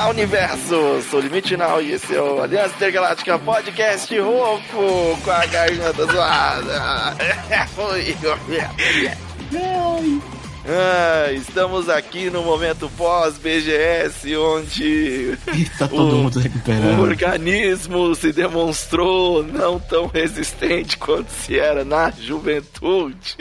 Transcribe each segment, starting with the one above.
Olá, universo! Sou Limite Now e esse é o Aliança Intergaláctica Podcast rouco com a garganta zoada. Estamos aqui no momento pós-BGS, onde tá todo mundo recuperando. O organismo se demonstrou não tão resistente quanto se era na juventude.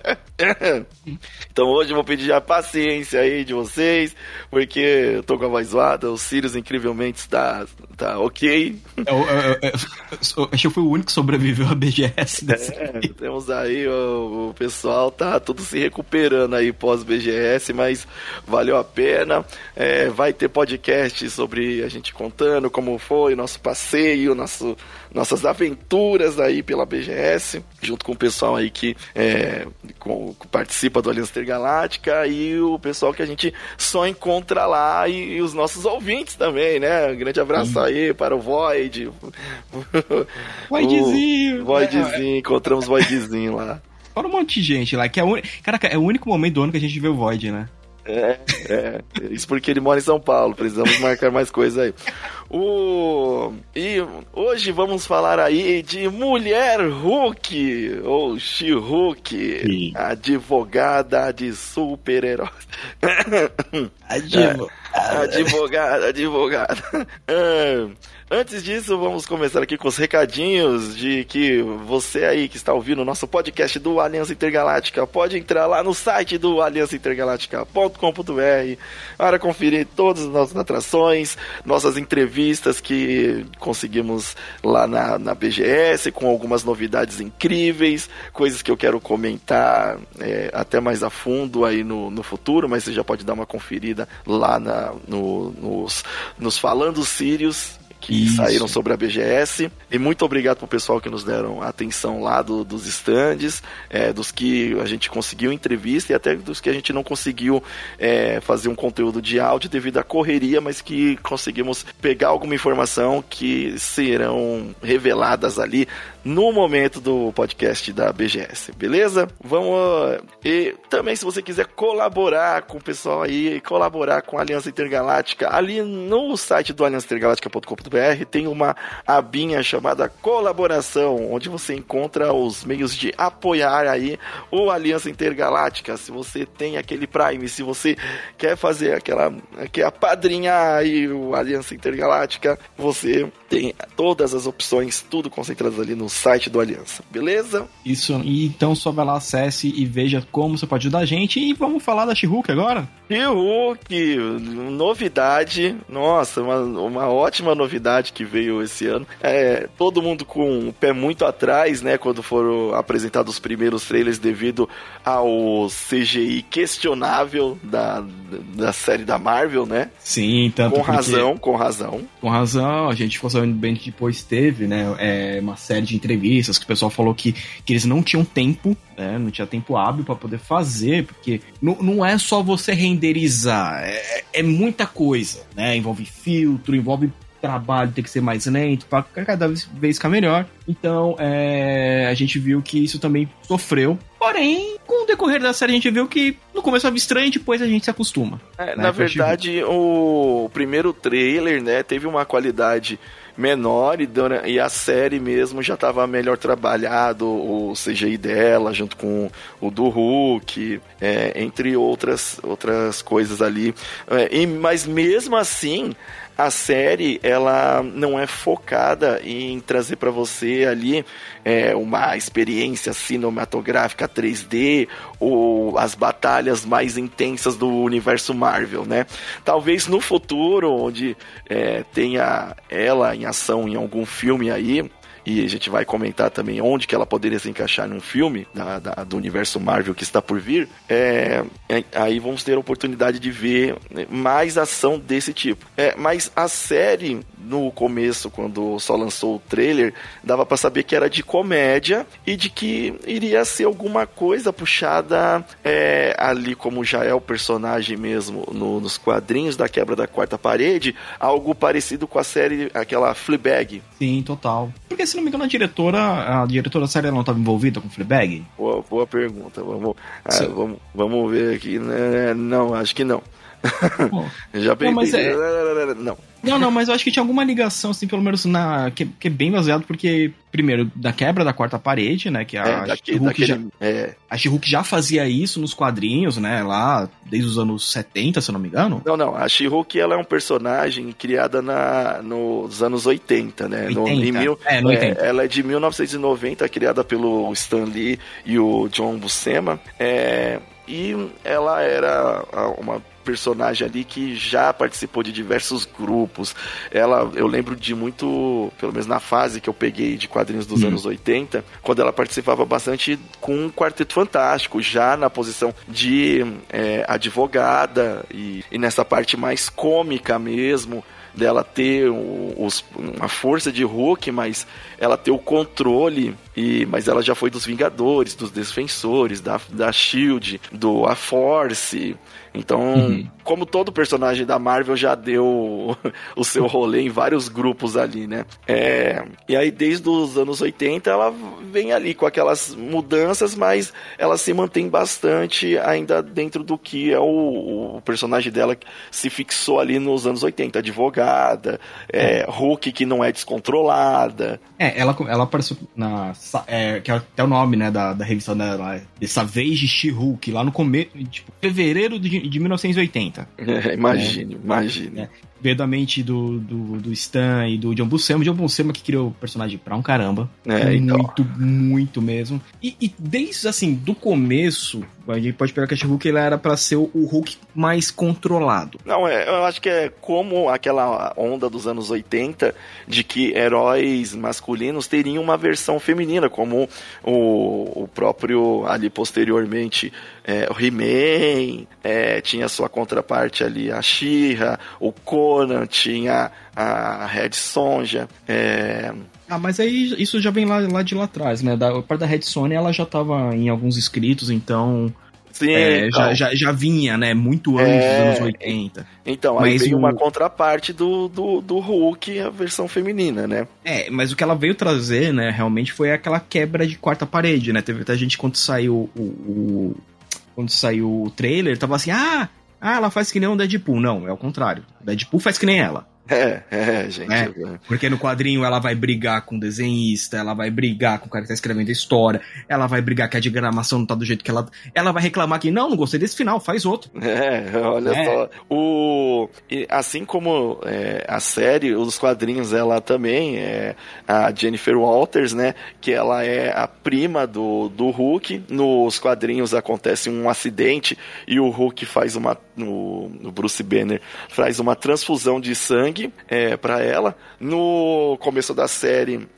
Então hoje eu vou pedir a paciência aí de vocês, porque eu tô com a voz zoada, o Sirius incrivelmente tá ok. Acho que eu fui o único que sobreviveu à BGS. Temos aí o pessoal tá tudo se recuperando aí pós-BGS, mas valeu a pena. Vai ter podcast sobre a gente contando como foi o nosso passeio, nossas aventuras aí pela BGS, junto com o pessoal aí que participa do Aliança Intergaláctica e o pessoal que a gente só encontra lá e os nossos ouvintes também, né? Um grande abraço aí para o Void. Voidzinho! Voidzinho, encontramos Voidzinho lá. Fora um monte de gente lá, que Caraca, é o único momento do ano que a gente vê o Void, né? Isso porque ele mora em São Paulo, precisamos marcar mais coisa aí. E hoje vamos falar aí de Mulher Hulk, ou She-Hulk, advogada de super-heróis. Advogada. Antes disso, vamos começar aqui com os recadinhos de que você aí que está ouvindo o nosso podcast do Aliança Intergaláctica pode entrar lá no site do aliançaintergaláctica.com.br para conferir todas as nossas atrações, nossas entrevistas que conseguimos lá na BGS, com algumas novidades incríveis, coisas que eu quero comentar até mais a fundo aí no futuro, mas você já pode dar uma conferida lá nos Falando Sirius, que saíram sobre a BGS. E muito obrigado pro pessoal que nos deram atenção lá dos stands, dos que a gente conseguiu entrevista e até dos que a gente não conseguiu fazer um conteúdo de áudio devido à correria, mas que conseguimos pegar alguma informação que serão reveladas ali no momento do podcast da BGS, beleza? E também, se você quiser colaborar com o pessoal aí, colaborar com a Aliança Intergaláctica, ali no site do aliançaintergaláctica.com.br tem uma abinha chamada colaboração, onde você encontra os meios de apoiar aí o Aliança Intergaláctica. Se você tem aquele Prime, se você quer fazer quer apadrinhar aí o Aliança Intergaláctica, você tem todas as opções, tudo concentrado ali no site do Aliança, beleza? Isso, e então só vai lá, acesse e veja como você pode ajudar a gente. E vamos falar da She-Hulk agora? She-Hulk, novidade, nossa, uma ótima novidade que veio esse ano. Todo mundo com o pé muito atrás, né, quando foram apresentados os primeiros trailers devido ao CGI questionável da série da Marvel, né? Sim, tanto com razão. Com razão, a gente ficou sabendo bem que depois teve, né, uma série de entrevistas que o pessoal falou que eles não tinham tempo, né, não tinha tempo hábil para poder fazer, porque não é só você renderizar, é muita coisa, né, envolve filtro, envolve trabalho, tem que ser mais lento, para cada vez ficar melhor. Então, a gente viu que isso também sofreu. Porém, com o decorrer da série, a gente viu que no começo era estranho e depois a gente se acostuma. Né? Na verdade, o primeiro trailer, né, teve uma qualidade menor e a série mesmo já estava melhor trabalhado, o CGI dela junto com o do Hulk, entre outras coisas ali. Mas mesmo assim, a série, ela não é focada em trazer para você ali uma experiência cinematográfica 3D ou as batalhas mais intensas do universo Marvel, né? Talvez no futuro, onde tenha ela em ação em algum filme aí, e a gente vai comentar também onde que ela poderia se encaixar num filme do universo Marvel que está por vir, aí vamos ter a oportunidade de ver mais ação desse tipo. Mas a série, no começo, quando só lançou o trailer, dava pra saber que era de comédia e de que iria ser alguma coisa puxada ali, como já é o personagem mesmo nos quadrinhos da quebra da quarta parede, algo parecido com a série, aquela Fleabag. Sim, total. Porque, se não me engano, a diretora da série não estava envolvida com Fleabag? Boa pergunta. Vamos ver aqui, né? Não, acho que não. Já não, mas pensei. Não. Não, mas eu acho que tinha alguma ligação, assim, pelo menos que é bem baseado, porque, primeiro, da quebra da quarta parede, né? Que a She-Hulk já fazia isso nos quadrinhos, né? Lá, desde os anos 70, se eu não me engano. Não. A She-Hulk, ela é um personagem criada nos anos 80, né? 80. Ela é de 1990, criada pelo Stan Lee e o John Buscema. E ela era uma personagem ali que já participou de diversos grupos. Eu lembro de muito, pelo menos na fase que eu peguei de quadrinhos dos anos 80, quando ela participava bastante com o Quarteto Fantástico, já na posição de advogada e nessa parte mais cômica mesmo, dela ter uma força de Hulk, mas ela ter o controle, mas ela já foi dos Vingadores, dos Defensores, da SHIELD, A Force. Então, como todo personagem da Marvel já deu o seu rolê em vários grupos ali, né? E aí, desde os anos 80, ela vem ali com aquelas mudanças, mas ela se mantém bastante ainda dentro do que é o personagem dela que se fixou ali nos anos 80. Advogada, Hulk que não é descontrolada. Ela apareceu que é até o nome, né, da revista dela, dessa vez de She-Hulk, lá no começo, tipo, fevereiro de 1980. Imagine. Veio da mente do Stan e do John Buscema. John Buscema que criou o personagem pra um caramba. Muito mesmo. E desde, assim, do começo, a gente pode pegar que a She-Hulk era pra ser o Hulk mais controlado. Não, eu acho que é como aquela onda dos anos 80 de que heróis masculinos teriam uma versão feminina, como o próprio, ali posteriormente, o He-Man, tinha sua contraparte ali, a She-Ra, o Conan, tinha a Red Sonja. Mas aí isso já vem lá de lá atrás, né? A parte da Red Sonja, ela já tava em alguns escritos, então... Sim, já vinha, né? Muito antes dos anos 80. Então, aí veio uma contraparte do Hulk, a versão feminina, né? Mas o que ela veio trazer, né, realmente foi aquela quebra de quarta parede, né? Teve até gente, quando saiu quando saiu o trailer, tava assim, ela faz que nem um Deadpool. Não, é o contrário. O Deadpool faz que nem ela. Gente. Porque no quadrinho ela vai brigar com o desenhista, ela vai brigar com o cara que tá escrevendo a história, ela vai brigar que a diagramação não tá do jeito que ela vai reclamar que não gostei desse final, faz outro. Olha só. Assim como a série, os quadrinhos, ela também a Jennifer Walters, né? Que ela é a prima do Hulk. Nos quadrinhos acontece um acidente e o Hulk faz o Bruce Banner faz uma transfusão de sangue para ela. No começo da série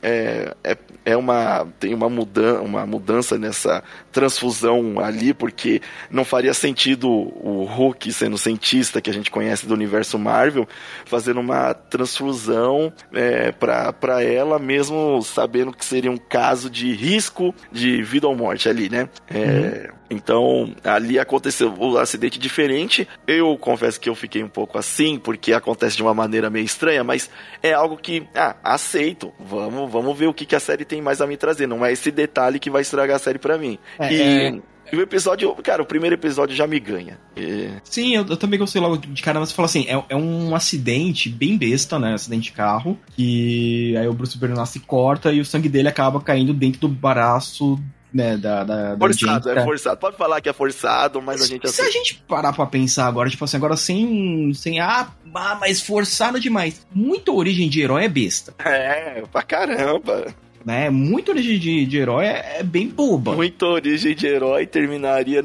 tem uma mudança nessa transfusão ali, porque não faria sentido o Hulk, sendo cientista que a gente conhece do universo Marvel, fazendo uma transfusão para ela, mesmo sabendo que seria um caso de risco de vida ou morte ali, né? Então, ali aconteceu o acidente diferente. Eu confesso que eu fiquei um pouco assim, porque acontece de uma maneira meio estranha, mas é algo que, aceito. Vamos ver o que a série tem mais a me trazer. Não é esse detalhe que vai estragar a série pra mim. E o episódio, cara, o primeiro episódio já me ganha. Sim, eu também gostei logo de cara, mas você fala assim, é um acidente bem besta, né? Acidente de carro, que aí o Bruce Banner se corta e o sangue dele acaba caindo dentro do braço, né, forçado, é forçado. Pode falar que é forçado, mas a gente... Se a gente parar pra pensar agora, tipo assim, agora sem mas forçado demais. Muita origem de herói é besta. Pra caramba. Né? Muita origem de herói é bem boba. Muita origem de herói terminaria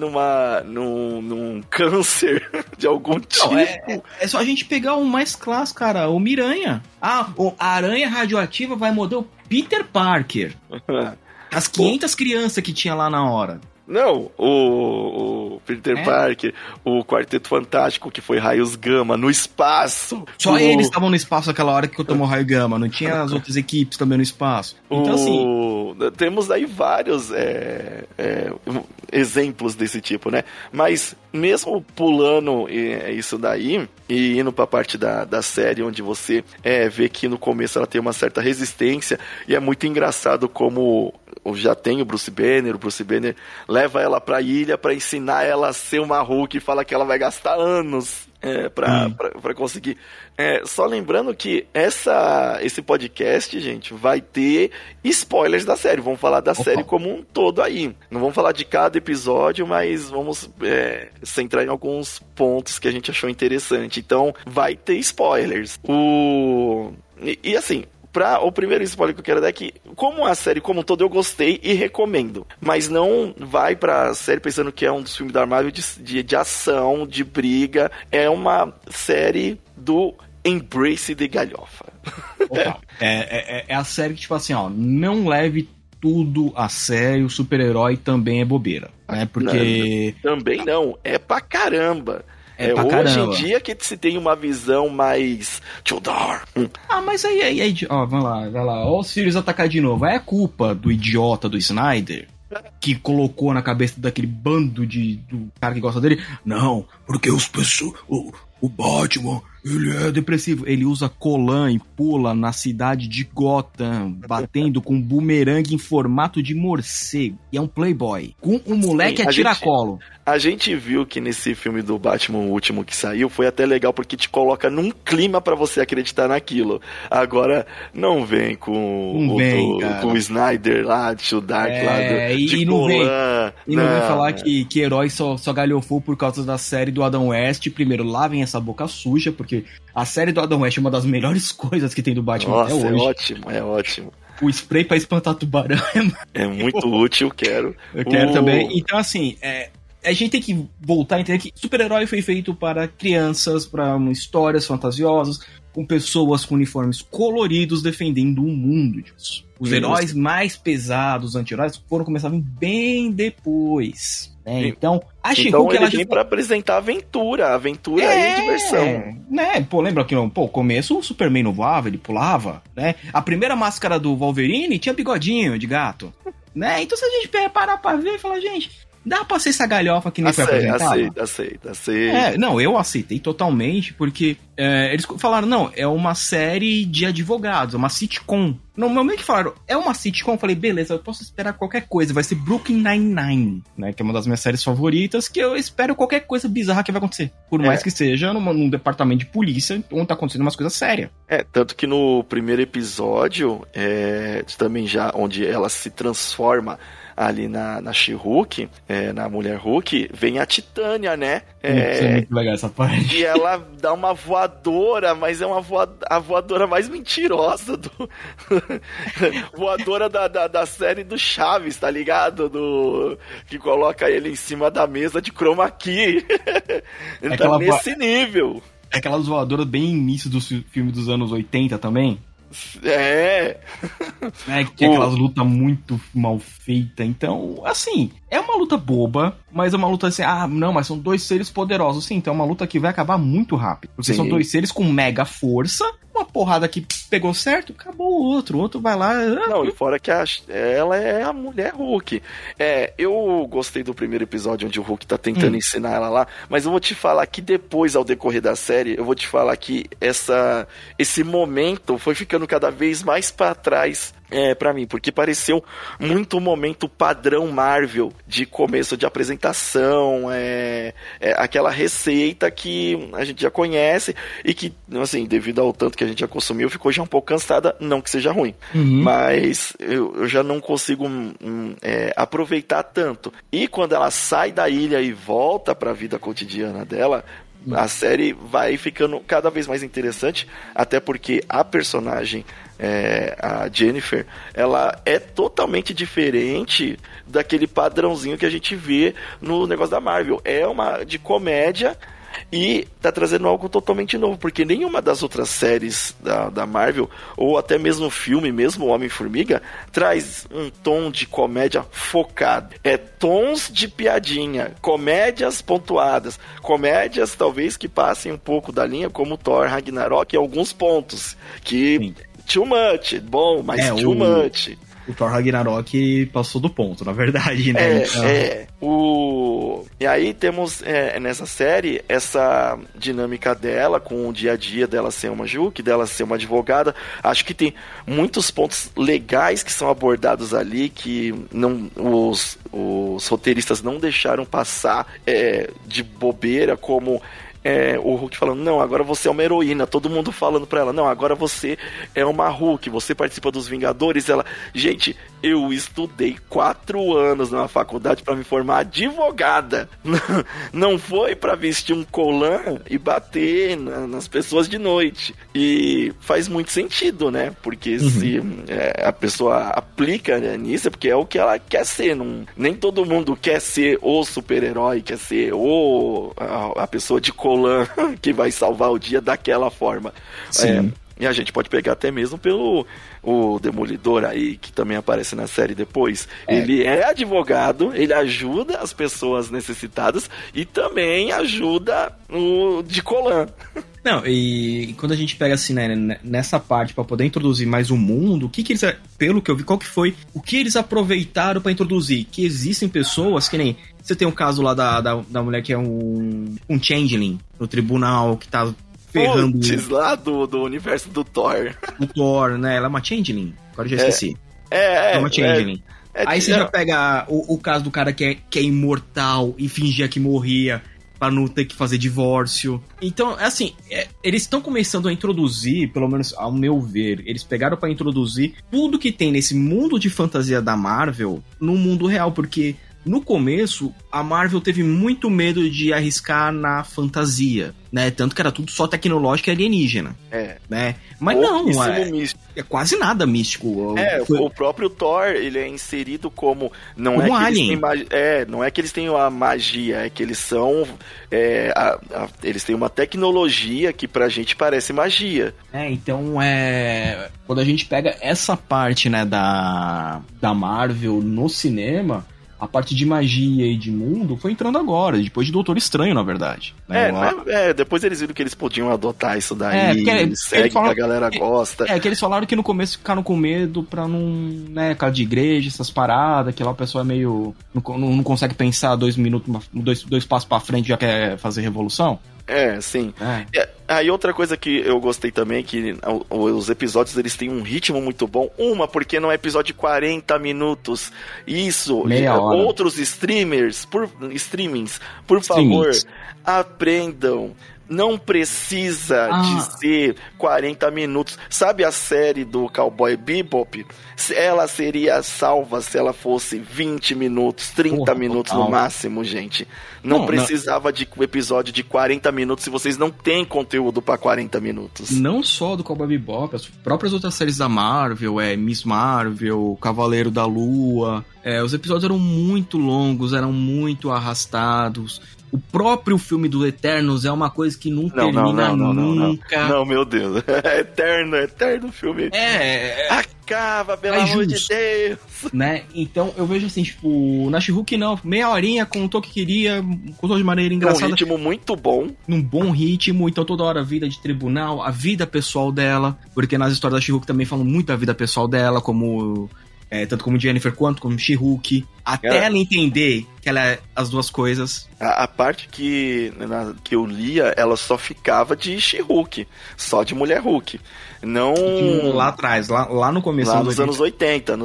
num câncer de algum tipo. Não, é só a gente pegar o mais clássico, cara, o Miranha. A aranha radioativa vai morder o Peter Parker. As 500 crianças que tinha lá na hora. Não, o Peter Parker, o Quarteto Fantástico, que foi raios gama no espaço. Só eles estavam no espaço naquela hora que eu tomou raio gama, não tinha as outras equipes também no espaço. Então, assim... Temos aí vários exemplos desse tipo, né? Mas mesmo pulando isso daí e indo pra parte da série, onde você vê que no começo ela tem uma certa resistência, e é muito engraçado como já tem o Bruce Banner leva ela pra ilha pra ensinar ela a ser uma Hulk e fala que ela vai gastar anos pra conseguir. Só lembrando que esse podcast, gente, vai ter spoilers da série. Vamos falar da série como um todo aí. Não vamos falar de cada episódio, mas vamos centrar em alguns pontos que a gente achou interessante. Então, vai ter spoilers. E assim, o primeiro spoiler que eu quero dar é que, como a série como um todo, eu gostei e recomendo. Mas não vai pra série pensando que é um dos filmes da Marvel de ação, de briga. É uma série do Embrace de galhofa. É a série que, tipo assim, ó, não leve tudo a sério, super-herói também é bobeira, né? Porque... Não, também não, é pra caramba. Pra hoje caramba. em dia que se tem uma visão mais Tudor. Mas aí, ó, vai lá, ó, o Sirius atacar de novo. É culpa do idiota do Snyder que colocou na cabeça daquele bando do cara que gosta dele? Não, porque o Batman, ele é depressivo. Ele usa colã e pula na cidade de Gotham, batendo com um bumerangue em formato de morcego. E é um playboy. Com um moleque a tiracolo. A gente viu que nesse filme do Batman, o último que saiu, foi até legal porque te coloca num clima pra você acreditar naquilo. Agora, não vem com o Snyder lá, de Dark lá de não colã. Não vem falar que herói só galhofou por causa da série do Adam West. Primeiro, lavem essa boca suja, porque a série do Adam West é uma das melhores coisas que tem do Batman até hoje. É ótimo. O spray pra espantar tubarão é muito útil, quero. Eu quero também. Então, assim, a gente tem que voltar a entender que super-herói foi feito para crianças, para histórias fantasiosas, com pessoas com uniformes coloridos defendendo o mundo disso. Os heróis mais pesados, anti-heróis, começavam bem depois. Né? Então, a She-Hulk... Então ele vem pra apresentar aventura e diversão. Né? Pô, lembra que no começo o Superman não voava, ele pulava, né? A primeira máscara do Wolverine tinha bigodinho de gato, né? Então se a gente parar pra ver e falar, gente, dá pra ser essa galhofa que nem foi apresentada? Aceita. Não, eu aceitei totalmente, porque eles falaram, não, é uma série de advogados, é uma sitcom. No momento que falaram, é uma sitcom, eu falei, beleza, eu posso esperar qualquer coisa, vai ser Brooklyn Nine-Nine, né, que é uma das minhas séries favoritas, que eu espero qualquer coisa bizarra que vai acontecer, por mais que seja num departamento de polícia, onde tá acontecendo umas coisas sérias. Tanto que no primeiro episódio, também já, onde ela se transforma ali na She-Hulk, na Mulher Hulk, vem a Titânia, né? É muito legal essa parte. E ela dá uma voadora, mas é a voadora mais mentirosa voadora da série do Chaves, tá ligado? Que coloca ele em cima da mesa de chroma key. Tá nesse nível. É aquela voadora bem início do filme dos anos 80 também. Que é aquelas lutas muito mal feitas. Então, assim, é uma luta boba, mas é uma luta assim, não, mas são dois seres poderosos. Sim, então é uma luta que vai acabar muito rápido. Porque são dois seres com mega força, uma porrada que pegou certo, acabou o outro vai lá... Não, e fora que ela é a Mulher Hulk. Eu gostei do primeiro episódio onde o Hulk tá tentando ensinar ela lá, mas eu vou te falar que depois, ao decorrer da série, eu vou te falar que esse momento foi ficando cada vez mais pra trás pra mim, porque pareceu muito um momento padrão Marvel de começo de apresentação, aquela receita que a gente já conhece e que, assim, devido ao tanto que a gente já consumiu, ficou já um pouco cansada, não que seja ruim, mas eu já não consigo aproveitar tanto. E quando ela sai da ilha e volta pra vida cotidiana dela, a série vai ficando cada vez mais interessante, até porque a personagem, a Jennifer, ela é totalmente diferente daquele padrãozinho que a gente vê no negócio da Marvel. É uma de comédia e tá trazendo algo totalmente novo, porque nenhuma das outras séries da Marvel, ou até mesmo o filme, mesmo o Homem-Formiga, traz um tom de comédia focado. Tons de piadinha, comédias pontuadas, comédias talvez que passem um pouco da linha, como Thor Ragnarok, em alguns pontos, que too much, bom, mas too much. O Thor Ragnarok passou do ponto, na verdade, né? E aí temos nessa série essa dinâmica dela com o dia a dia dela ser uma Juque, dela ser uma advogada. Acho que tem muitos pontos legais que são abordados ali que os roteiristas não deixaram passar de bobeira, como o Hulk falando, não, agora você é uma heroína, todo mundo falando pra ela, não, agora você é uma Hulk, você participa dos Vingadores. Ela, gente, eu estudei 4 anos na faculdade pra me formar advogada, não foi pra vestir um colã e bater nas pessoas de noite. E faz muito sentido, né, porque se a pessoa aplica, né, nisso, é porque é o que ela quer ser. Nem todo mundo quer ser o super-herói, quer ser a pessoa de colã que vai salvar o dia daquela forma. E a gente pode pegar até mesmo pelo o Demolidor aí, que também aparece na série depois. Ele é advogado, ele ajuda as pessoas necessitadas e também ajuda o de colã. Não, e quando a gente pega assim, né, nessa parte pra poder introduzir mais o mundo, o que eles, pelo que eu vi, qual que foi, o que eles aproveitaram pra introduzir? Que existem pessoas, que nem, você tem um caso lá da mulher que é um changeling no tribunal, que tá ferrando... Puts, lá do universo do Thor. O Thor, né, ela é uma changeling, agora eu já esqueci. É uma changeling. Aí você já pega o caso do cara que é imortal e fingia que morria pra não ter que fazer divórcio. Então, assim, eles estão começando a introduzir, pelo menos ao meu ver, eles pegaram pra introduzir tudo que tem nesse mundo de fantasia da Marvel no mundo real, porque no começo a Marvel teve muito medo de arriscar na fantasia, né? Tanto que era tudo só tecnológico e alienígena. Né? Mas não, é quase nada místico. O próprio Thor, ele é inserido como não é que alien. Eles têm não é que eles tenham a magia, é que eles são eles têm uma tecnologia que pra gente parece magia. Então quando a gente pega essa parte, né, da Marvel no cinema, a parte de magia e de mundo foi entrando agora, depois de Doutor Estranho, na verdade. Né? Depois eles viram que eles podiam adotar isso daí, segue que a galera gosta. Que eles falaram que no começo ficaram com medo pra não, né, casa de igreja, essas paradas, que lá o pessoal é meio... Não consegue pensar 2 minutos, dois passos pra frente, já quer fazer revolução. Sim. Aí outra coisa que eu gostei também, que os episódios eles têm um ritmo muito bom. Porque não é episódio de 40 minutos. Isso, meia hora. Outros streamings, por favor, aprendam. Não precisa de ser 40 minutos. Sabe a série do Cowboy Bebop? Ela seria salva se ela fosse 20 minutos, 30 minutos no máximo, gente. Não precisava de um episódio de 40 minutos se vocês não têm conteúdo para 40 minutos. Não só do Cowboy Bebop, as próprias outras séries da Marvel, Miss Marvel, Cavaleiro da Lua. Os episódios eram muito longos, eram muito arrastados. O próprio filme do Eternos é uma coisa que não termina nunca. Não, meu Deus. Eterno filme. Acaba, pelo amor de Deus. Né? Então, eu vejo assim, tipo, na She-Hulk não, meia horinha, contou o que queria, contou de maneira engraçada. Um ritmo muito bom. Num bom ritmo, então toda hora a vida de tribunal, a vida pessoal dela, porque nas histórias da She-Hulk também falam muito da vida pessoal dela, como... tanto como Jennifer quanto como She-Hulk, até ela entender que ela é as duas coisas. A parte que eu lia, ela só ficava de She-Hulk, só de Mulher Hulk. Não... Lá atrás, lá no começo. Lá nos anos 80,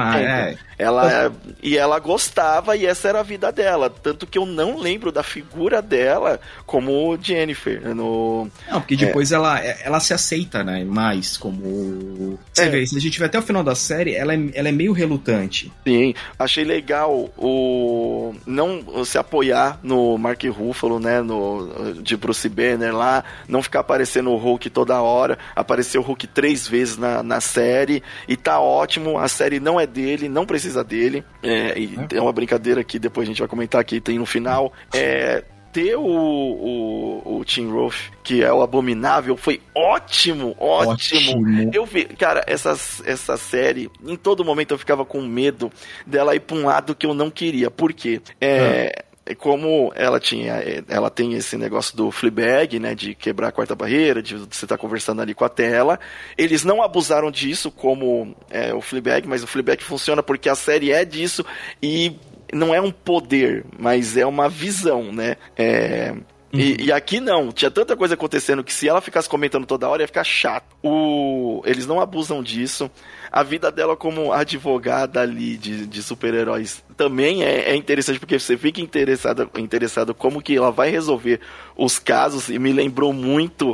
Ela gostava e essa era a vida dela. Tanto que eu não lembro da figura dela como Jennifer. Não, porque depois ela se aceita, né? Mais como... Você vê, se a gente vai até o final da série, ela é meio relutante. Sim, achei legal não se apoiar no Mark Ruffalo, né? De Bruce Banner lá, não ficar aparecendo o Hulk toda hora. Apareceu o Hulk 3 vezes na série e tá ótimo. A série não é dele, não precisa dele. É uma brincadeira que depois a gente vai comentar aqui, tem no final. Ter o Tim Roth, que é o Abominável, foi ótimo. Eu vi, cara, essa série, em todo momento eu ficava com medo dela ir pra um lado que eu não queria. Por quê? como ela tem esse negócio do Fleabag, né, de quebrar a quarta barreira, de você estar conversando ali com a tela, eles não abusaram disso como o Fleabag, mas o Fleabag funciona porque a série é disso e não é um poder, mas é uma visão, né? E aqui não, tinha tanta coisa acontecendo que se ela ficasse comentando toda hora ia ficar chato. Eles não abusam disso. A vida dela como advogada ali de super-heróis também é interessante, porque você fica interessado como que ela vai resolver os casos, e me lembrou muito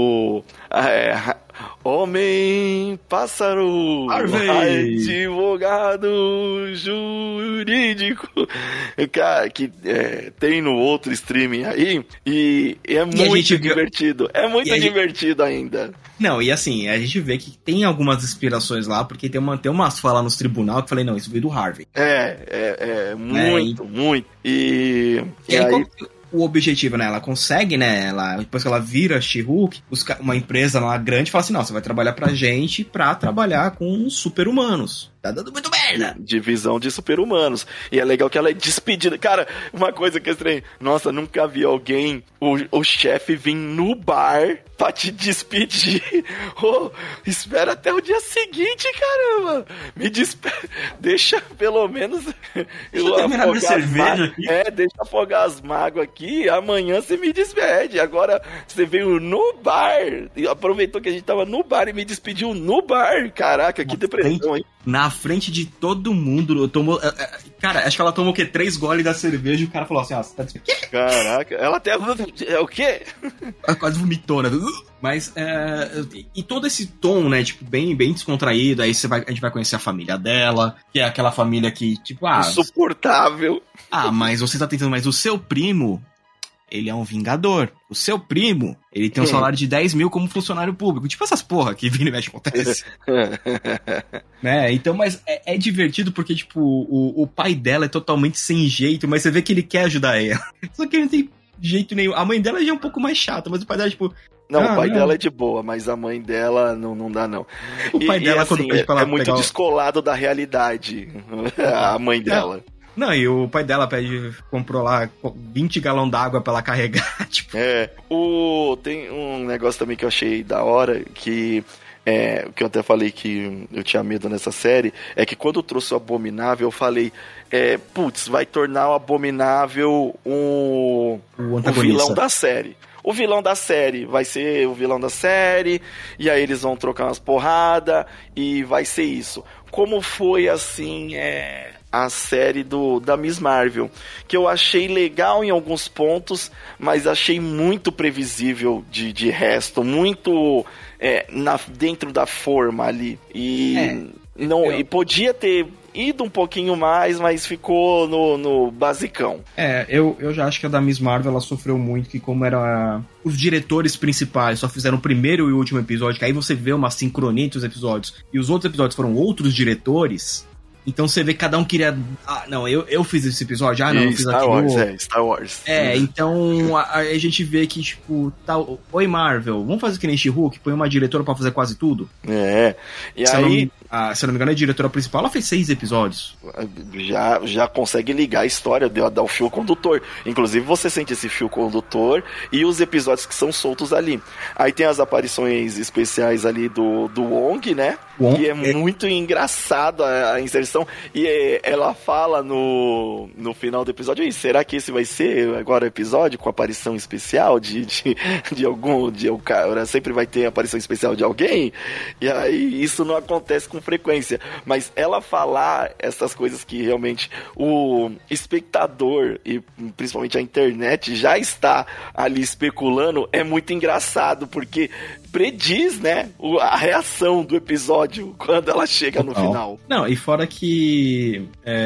Homem Pássaro, advogado jurídico, cara, que tem no outro streaming aí, e é muito divertido. É muito divertido ainda. Não, e assim, a gente vê que tem algumas inspirações lá, porque tem umas falas nos tribunal que eu falei, não, isso veio do Harvey. Muito. E aí o objetivo, né? Ela consegue, né? Depois que ela vira She-Hulk, uma empresa lá grande fala assim, não, você vai trabalhar pra gente pra trabalhar com super-humanos. Tá dando muito merda. Divisão de super-humanos. E é legal que ela é despedida. Cara, uma coisa que é estranha. Nossa, nunca vi alguém, o chefe vir no bar pra te despedir. Espera até o dia seguinte, caramba. Deixa pelo menos eu afogar minha cerveja aqui. Deixa afogar as mágoas aqui. Amanhã você me despede. Agora você veio no bar e aproveitou que a gente tava no bar e me despediu no bar. Caraca, que depressão, hein? Na frente de todo mundo, tomou. Cara, acho que ela tomou o quê? 3 goles da cerveja e o cara falou assim: você tá despedindo. Caraca, ela até. É o quê? Ela quase vomitou, né? Mas, e todo esse tom, né, tipo, bem descontraído, aí a gente vai conhecer a família dela, que é aquela família que, tipo, insuportável. Mas você tá tentando, mas o seu primo, ele é um vingador. O seu primo, ele tem um salário de 10 mil como funcionário público. Tipo essas porra que vira e mexe acontece. Né? Então, mas é divertido porque, tipo, o pai dela é totalmente sem jeito, mas você vê que ele quer ajudar ela. Só que ele não tem jeito nenhum. A mãe dela já é um pouco mais chata, mas o pai dela, tipo... Não, o pai dela é de boa, mas a mãe dela não dá, não. O pai dela, assim, quando pede pra ela muito descolado da realidade, a mãe dela. Não, e o pai dela comprou lá 20 galões d'água pra ela carregar, tipo... Tem um negócio também que eu achei da hora, que eu até falei que eu tinha medo nessa série, é que quando eu trouxe o Abominável, eu falei, vai tornar o Abominável o vilão da série. O vilão da série vai ser o vilão da série, e aí eles vão trocar umas porradas, e vai ser isso. Como foi, assim, a série da Miss Marvel, que eu achei legal em alguns pontos, mas achei muito previsível de resto, muito dentro da forma ali. E podia ter ido um pouquinho mais, mas ficou no basicão. Eu já acho que a da Miss Marvel, ela sofreu muito, que como era... Os diretores principais só fizeram o primeiro e o último episódio, que aí você vê uma sincronia entre os episódios, e os outros episódios foram outros diretores... Então você vê que cada um queria... eu fiz esse episódio. Eu fiz aquilo. Star Wars. Então a gente vê que, tipo... Oi, Marvel, vamos fazer que nem She-Hulk? Põe uma diretora pra fazer quase tudo? E aí... Se eu não me engano, a diretora principal, ela fez 6 episódios. Já consegue ligar a história, dar o fio condutor. Inclusive, você sente esse fio condutor e os episódios que são soltos ali. Aí tem as aparições especiais ali do Wong, né? Que é muito engraçado a inserção. E ela fala no final do episódio, será que esse vai ser agora o episódio com aparição especial de algum... sempre vai ter aparição especial de alguém? E aí isso não acontece com frequência, mas ela falar essas coisas que realmente o espectador e principalmente a internet já está ali especulando, é muito engraçado, porque prediz, né, a reação do episódio quando ela chega no final. Não, e fora que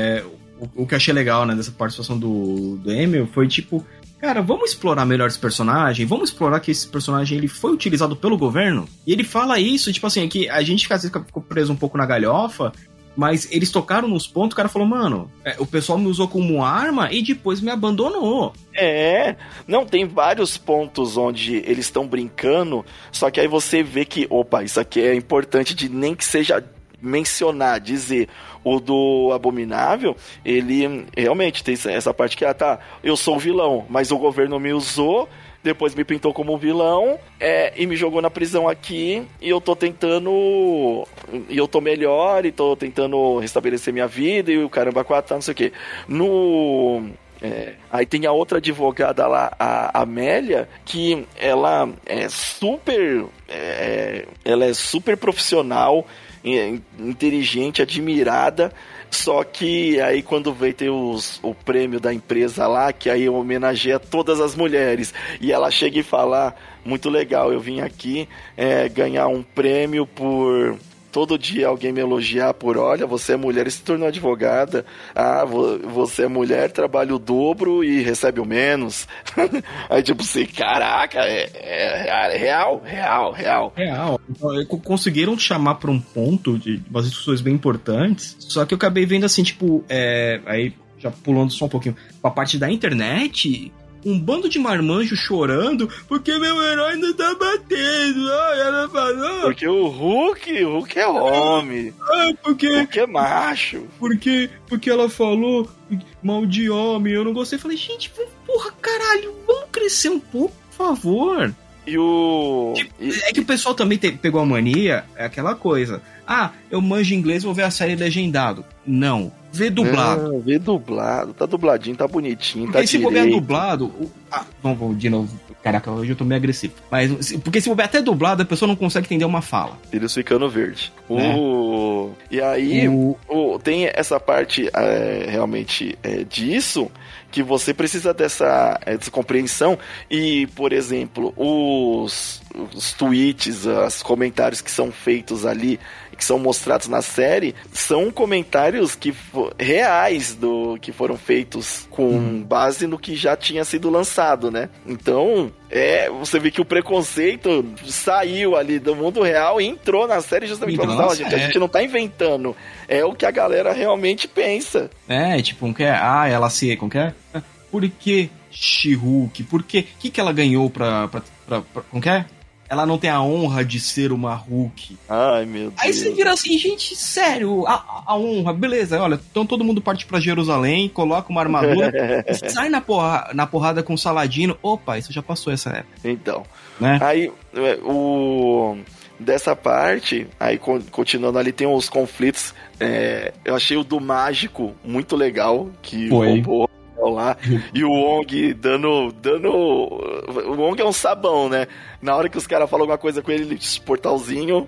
o que eu achei legal, né, dessa participação do Emil foi tipo, cara, vamos explorar melhor esse personagem, vamos explorar que esse personagem ele foi utilizado pelo governo. E ele fala isso, tipo assim, que a gente às vezes ficou preso um pouco na galhofa, mas eles tocaram nos pontos, o cara falou, mano, o pessoal me usou como arma e depois me abandonou. Não, tem vários pontos onde eles estão brincando, só que aí você vê que, opa, isso aqui é importante de nem que seja mencionar, dizer, o do Abominável, ele realmente tem essa parte que, eu sou o vilão, mas o governo me usou, depois me pintou como um vilão, e me jogou na prisão aqui, e eu tô tentando, e eu tô melhor, e tô tentando restabelecer minha vida, e o caramba, não sei o quê. Aí tem a outra advogada lá, a Amélia, que ela é super profissional, inteligente, admirada. Só que aí quando veio ter o prêmio da empresa lá, que aí homenageia todas as mulheres, e ela chega e fala, muito legal, eu vim aqui ganhar um prêmio por... Todo dia alguém me elogiar por, olha, você é mulher e se tornou advogada. Você é mulher, trabalha o dobro e recebe o menos. Aí tipo assim, caraca, é real. Então, conseguiram chamar pra um ponto de umas discussões bem importantes, só que eu acabei vendo assim, tipo, aí já pulando só um pouquinho, pra parte da internet... Um bando de marmanjos chorando porque meu herói não tá batendo. Ela falou. Porque o Hulk é homem. Porque o Hulk é macho. Porque ela falou mal de homem, eu não gostei. Falei, gente, porra, caralho, vamos crescer um pouco, por favor. É que o pessoal também pegou a mania, é aquela coisa. Eu manjo inglês, vou ver a série legendado. Não. Vê dublado. Vê dublado. Tá dubladinho, tá bonitinho, porque tá se for ver dublado... vamos de novo. Caraca, hoje eu tô meio agressivo. Mas, porque se for ver até dublado, a pessoa não consegue entender uma fala. Eles ficando verde. E aí, tem essa parte realmente disso, que você precisa dessa compreensão. E, por exemplo, os tweets, os comentários que são feitos ali, que são mostrados na série, são comentários reais que foram feitos com base no que já tinha sido lançado, né? Então, você vê que o preconceito saiu ali do mundo real e entrou na série justamente pra mostrar, a gente não tá inventando, é o que a galera realmente pensa. Tipo, ela se... Como que é? Por que She-Hulk? Por que? O que ela ganhou pra como que é? Ela não tem a honra de ser uma Hulk. Ai, meu Deus. Aí você vira assim, gente, sério, a honra, beleza, olha, então todo mundo parte pra Jerusalém, coloca uma armadura, sai na porrada com o Saladino. Opa, isso já passou essa época. Então, né? Aí, dessa parte, aí continuando ali, tem os conflitos. Eu achei o do Mágico muito legal, que roubou lá, e o Wong dando... O Wong é um sabão, né? Na hora que os caras falam alguma coisa com ele portalzinho,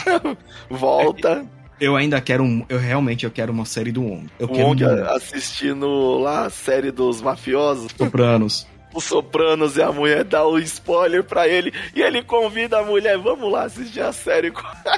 volta. Eu ainda quero eu quero uma série do Wong. O Wong assistindo lá a série dos mafiosos. Sopranos. Os Sopranos, e a mulher dá o spoiler pra ele, e ele convida a mulher, vamos lá assistir a série.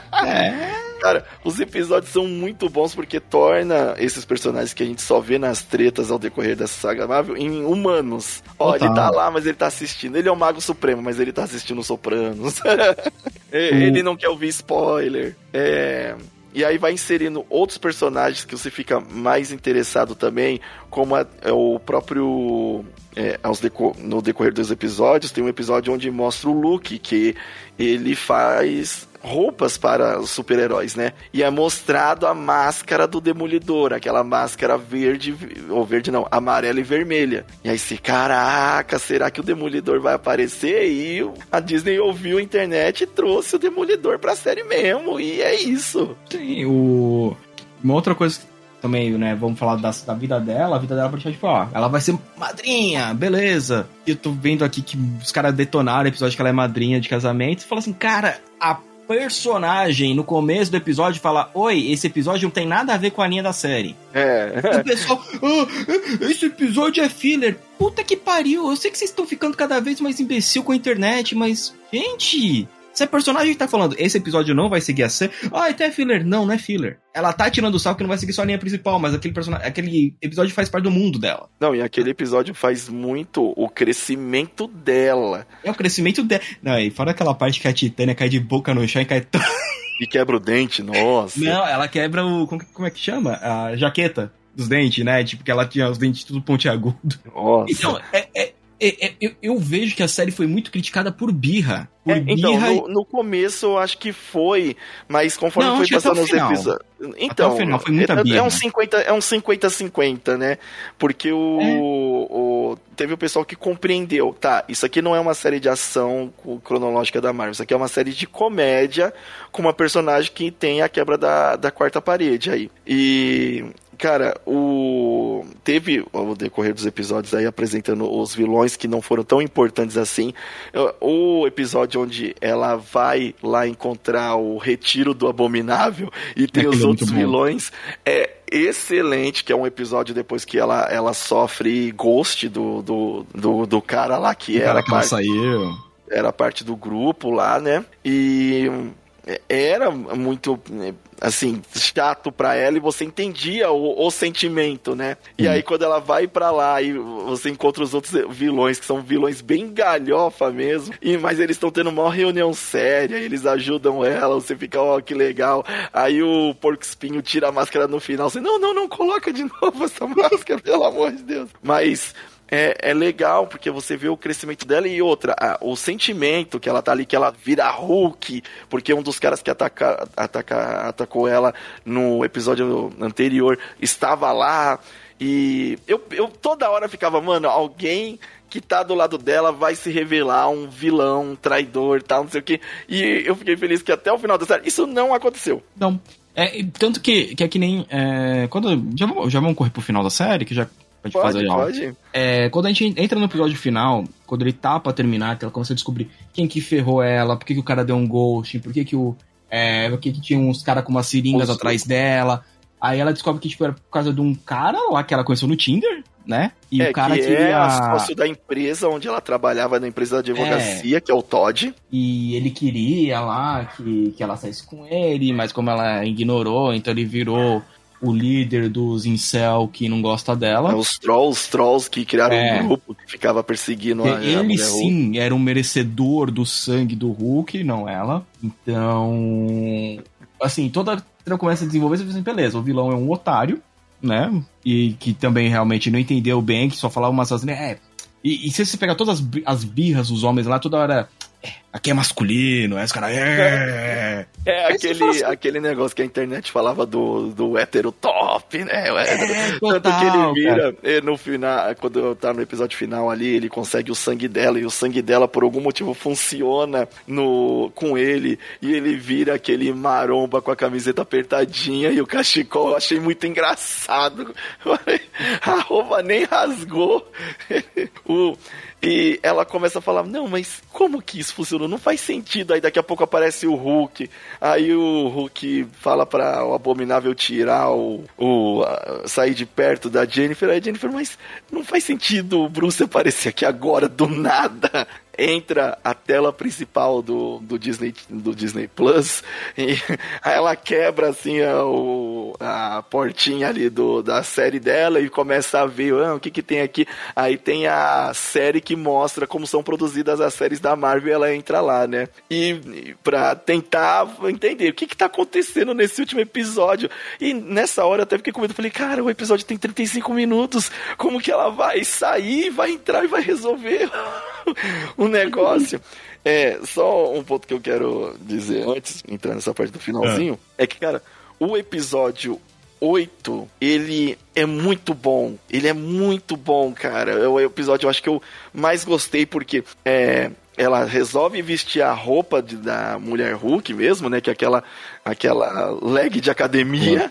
Cara, os episódios são muito bons porque torna esses personagens que a gente só vê nas tretas ao decorrer dessa saga Marvel em humanos. Ele tá lá, mas ele tá assistindo. Ele é o Mago Supremo, mas ele tá assistindo os Sopranos. Ele não quer ouvir spoiler. E aí vai inserindo outros personagens que você fica mais interessado também, como o próprio... no decorrer dos episódios, tem um episódio onde mostra o Luke, que ele faz roupas para os super-heróis, né? E é mostrado a máscara do Demolidor, aquela máscara amarela e vermelha. E aí você, caraca, será que o Demolidor vai aparecer? E a Disney ouviu a internet e trouxe o Demolidor pra série mesmo, e é isso. Tem uma outra coisa também, né, vamos falar da vida dela. A vida dela, tipo, ela vai ser madrinha, beleza. E eu tô vendo aqui que os caras detonaram o episódio que ela é madrinha de casamento. E fala assim, cara, a personagem no começo do episódio fala, oi, esse episódio não tem nada a ver com a linha da série. E o pessoal, esse episódio é filler. Puta que pariu, eu sei que vocês estão ficando cada vez mais imbecil com a internet, mas, gente... Se a personagem tá falando, esse episódio não vai seguir a série... então é filler. Não é filler. Ela tá tirando o sal que não vai seguir só a linha principal, mas aquele episódio faz parte do mundo dela. Não, e aquele episódio faz muito o crescimento dela. O crescimento dela. Não, e fora aquela parte que a Titânia cai de boca no chão e cai... E quebra o dente, nossa. Não, ela quebra o... Como é que chama? A jaqueta dos dentes, né? Tipo, que ela tinha os dentes tudo pontiagudo. Nossa. Então, Eu vejo que a série foi muito criticada por birra. Então, no começo eu acho que foi, mas conforme foi passando os episódios... Então, até o final foi muita birra. É um 50-50, né? Porque teve o pessoal que compreendeu, tá, isso aqui não é uma série de ação cronológica da Marvel, isso aqui é uma série de comédia com uma personagem que tem a quebra da quarta parede aí. E... Cara, teve ao decorrer dos episódios aí apresentando os vilões que não foram tão importantes assim. O episódio onde ela vai lá encontrar o retiro do Abominável e tem os outros vilões é excelente, que é um episódio depois que ela sofre ghost do cara lá que era que ela saiu. Era parte do grupo lá, né? E era muito, assim, chato pra ela e você entendia o sentimento, né? E aí quando ela vai pra lá e você encontra os outros vilões, que são vilões bem galhofa mesmo, mas eles estão tendo uma reunião séria, eles ajudam ela, você fica, ó, que legal. Aí o Porco Espinho tira a máscara no final, você, não, coloca de novo essa máscara, pelo amor de Deus. Mas... É legal, porque você vê o crescimento dela e outra, o sentimento que ela tá ali, que ela vira Hulk, porque um dos caras que atacou ela no episódio anterior estava lá, e eu toda hora ficava, mano, alguém que tá do lado dela vai se revelar um vilão, um traidor, tal, não sei o que, e eu fiquei feliz que até o final da série isso não aconteceu. Não, tanto que é que nem, quando, já vamos correr pro final da série, que já... Pode. Quando a gente entra no episódio final, quando ele tá pra terminar, que ela começa a descobrir quem que ferrou ela, por que o cara deu um ghost, por que tinha uns caras com umas seringas atrás dela. Aí ela descobre que era por causa de um cara lá que ela conheceu no Tinder, né? E o cara que queria... sócio da empresa onde ela trabalhava, na empresa de advocacia, que é o Todd. E ele queria lá que ela saísse com ele, mas como ela ignorou, então ele virou o líder dos incel que não gosta dela. Os trolls que criaram um grupo que ficava perseguindo a ele sim Hulk. Era um merecedor do sangue do Hulk, não ela. Então, assim, toda a começa a desenvolver, você pensa assim, beleza, o vilão é um otário, né? E que também realmente não entendeu bem, que só falava umas coisas, né? E se você pegar todas as birras dos homens lá, toda hora... aqui é masculino, esse cara aquele negócio que a internet falava do hétero top, né? Total, tanto que ele vira no final, quando tá no episódio final ali, ele consegue o sangue dela e o sangue dela por algum motivo funciona com ele e ele vira aquele maromba com a camiseta apertadinha e o cachecol. Eu achei muito engraçado. A roupa nem rasgou. E ela começa a falar, não, mas como que isso funcionou? Não faz sentido. Aí daqui a pouco aparece o Hulk. Aí o Hulk fala pra o Abominável tirar sair de perto da Jennifer. Aí a Jennifer, mas não faz sentido o Bruce aparecer aqui agora, do nada. Entra a tela principal do Disney Plus e aí ela quebra assim a portinha ali da série dela e começa a ver o que tem aqui. Aí tem a série que mostra como são produzidas as séries da Marvel e ela entra lá, né? E pra tentar entender o que tá acontecendo nesse último episódio. E nessa hora eu até fiquei com medo. Falei, cara, o episódio tem 35 minutos. Como que ela vai sair, vai entrar e vai resolver o negócio? Só um ponto que eu quero dizer antes de entrar nessa parte do finalzinho é que, cara, o episódio 8, ele é muito bom. Ele é muito bom, cara. É o episódio, eu acho que eu mais gostei porque ela resolve vestir a roupa da mulher Hulk mesmo, né? Que é aquela leg de academia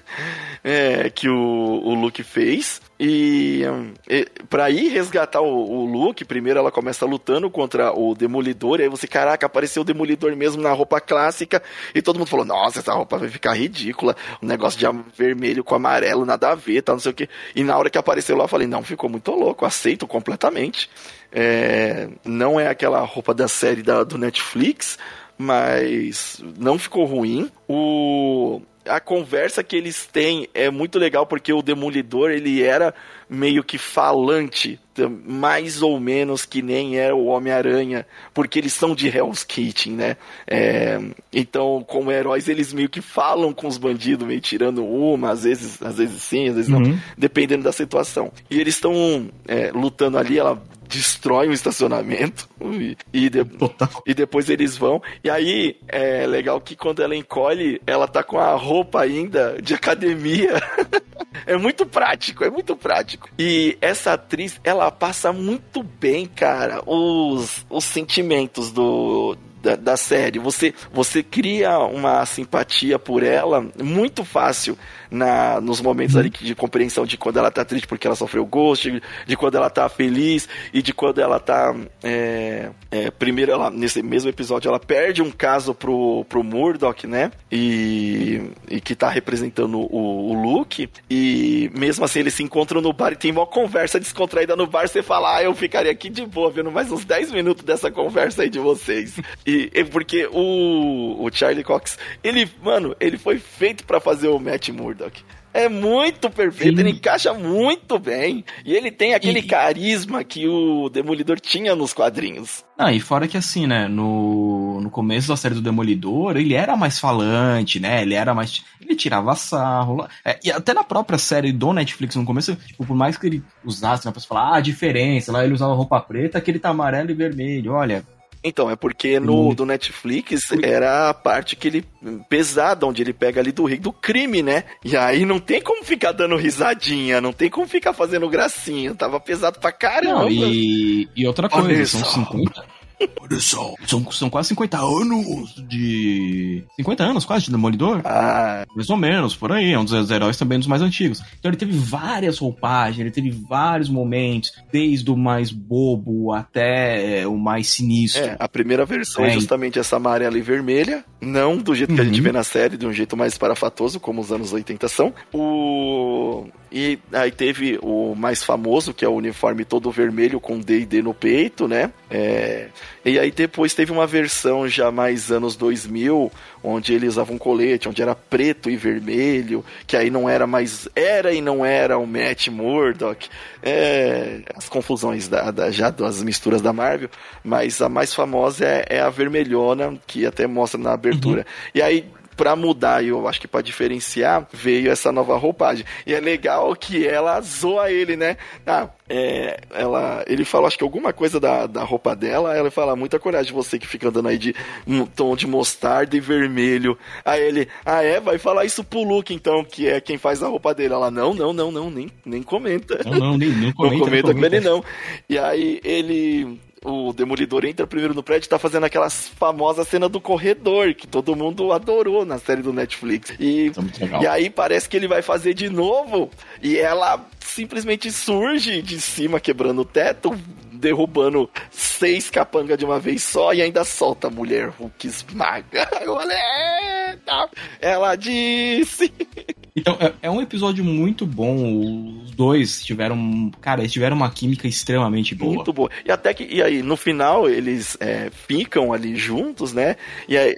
que o Luke fez. E pra ir resgatar o Luke, primeiro ela começa lutando contra o Demolidor, e aí você, caraca, apareceu o Demolidor mesmo na roupa clássica, e todo mundo falou, nossa, essa roupa vai ficar ridícula, um negócio de vermelho com amarelo, nada a ver, tal, não sei o que. E na hora que apareceu lá, eu falei, não, ficou muito louco, aceito completamente. Não é aquela roupa da série do Netflix, mas não ficou ruim. A conversa que eles têm é muito legal, porque o Demolidor, ele era meio que falante, mais ou menos que nem é o Homem-Aranha, porque eles são de Hell's Kitchen, né? Então, como heróis, eles meio que falam com os bandidos, meio tirando uma, às vezes sim, às vezes não, dependendo da situação. E eles estão lutando ali, ela destrói um estacionamento e depois eles vão. E aí é legal que quando ela encolhe, ela tá com a roupa ainda de academia. É muito prático, é muito prático. E essa atriz, ela passa muito bem, cara, os sentimentos da série. Você cria uma simpatia por ela muito fácil nos momentos ali de compreensão de quando ela tá triste porque ela sofreu ghost, de quando ela tá feliz e de quando ela tá primeiro nesse mesmo episódio ela perde um caso pro Murdoch, né, e que tá representando o Luke, e mesmo assim eles se encontram no bar e tem uma conversa descontraída no bar, você fala, eu ficaria aqui de boa vendo mais uns 10 minutos dessa conversa aí de vocês. E porque o Charlie Cox, ele foi feito pra fazer o Matt Murdock. É muito perfeito, sim. Ele encaixa muito bem. E ele tem aquele carisma que o Demolidor tinha nos quadrinhos. E fora que assim, né, no começo da série do Demolidor, ele era mais falante, né, ele tirava sarro. E até na própria série do Netflix, no começo, tipo, por mais que ele usasse, né, pra falar, a diferença, lá ele usava roupa preta, aqui ele tá amarelo e vermelho, olha... Então, é porque do Netflix era a parte que ele pesada, onde ele pega ali do crime, né? E aí não tem como ficar dando risadinha, não tem como ficar fazendo gracinha. Tava pesado pra caramba. Não, e outra coisa, são 50... Olha só, são quase 50 anos de... 50 anos quase de Demolidor? Mais ou menos, por aí. É um dos heróis também dos mais antigos. Então ele teve várias roupagens, ele teve vários momentos, desde o mais bobo até o mais sinistro. A primeira versão é justamente essa amarela e vermelha, não do jeito que a gente vê na série, de um jeito mais parafatoso, como os anos 80 são. E aí teve o mais famoso, que é o uniforme todo vermelho com D&D no peito, né? E aí depois teve uma versão já mais anos 2000, onde ele usava um colete, onde era preto e vermelho, que aí não era mais... Era e não era o Matt Murdock. As confusões já das misturas da Marvel, mas a mais famosa é a vermelhona, que até mostra na abertura. E aí... Pra mudar, eu acho que pra diferenciar, veio essa nova roupagem. E é legal que ela zoa ele, né? Ele fala, acho que alguma coisa da roupa dela, ela fala, muita coragem você que fica andando aí de um tom de mostarda e vermelho. Aí ele, vai falar isso pro Luke, então, que é quem faz a roupa dele. Ela, não, nem comenta. Nem comenta. Não comenta com ele, não. E aí o Demolidor entra primeiro no prédio e tá fazendo aquela famosa cena do corredor, que todo mundo adorou na série do Netflix. E aí parece que ele vai fazer de novo, e ela simplesmente surge de cima, quebrando o teto, derrubando 6 capangas de uma vez só, e ainda solta a mulher Hulk esmaga. Ela disse... Então, é um episódio muito bom. Os dois tiveram uma química extremamente boa. Muito boa. E aí, no final, eles ficam ali juntos, né? E aí...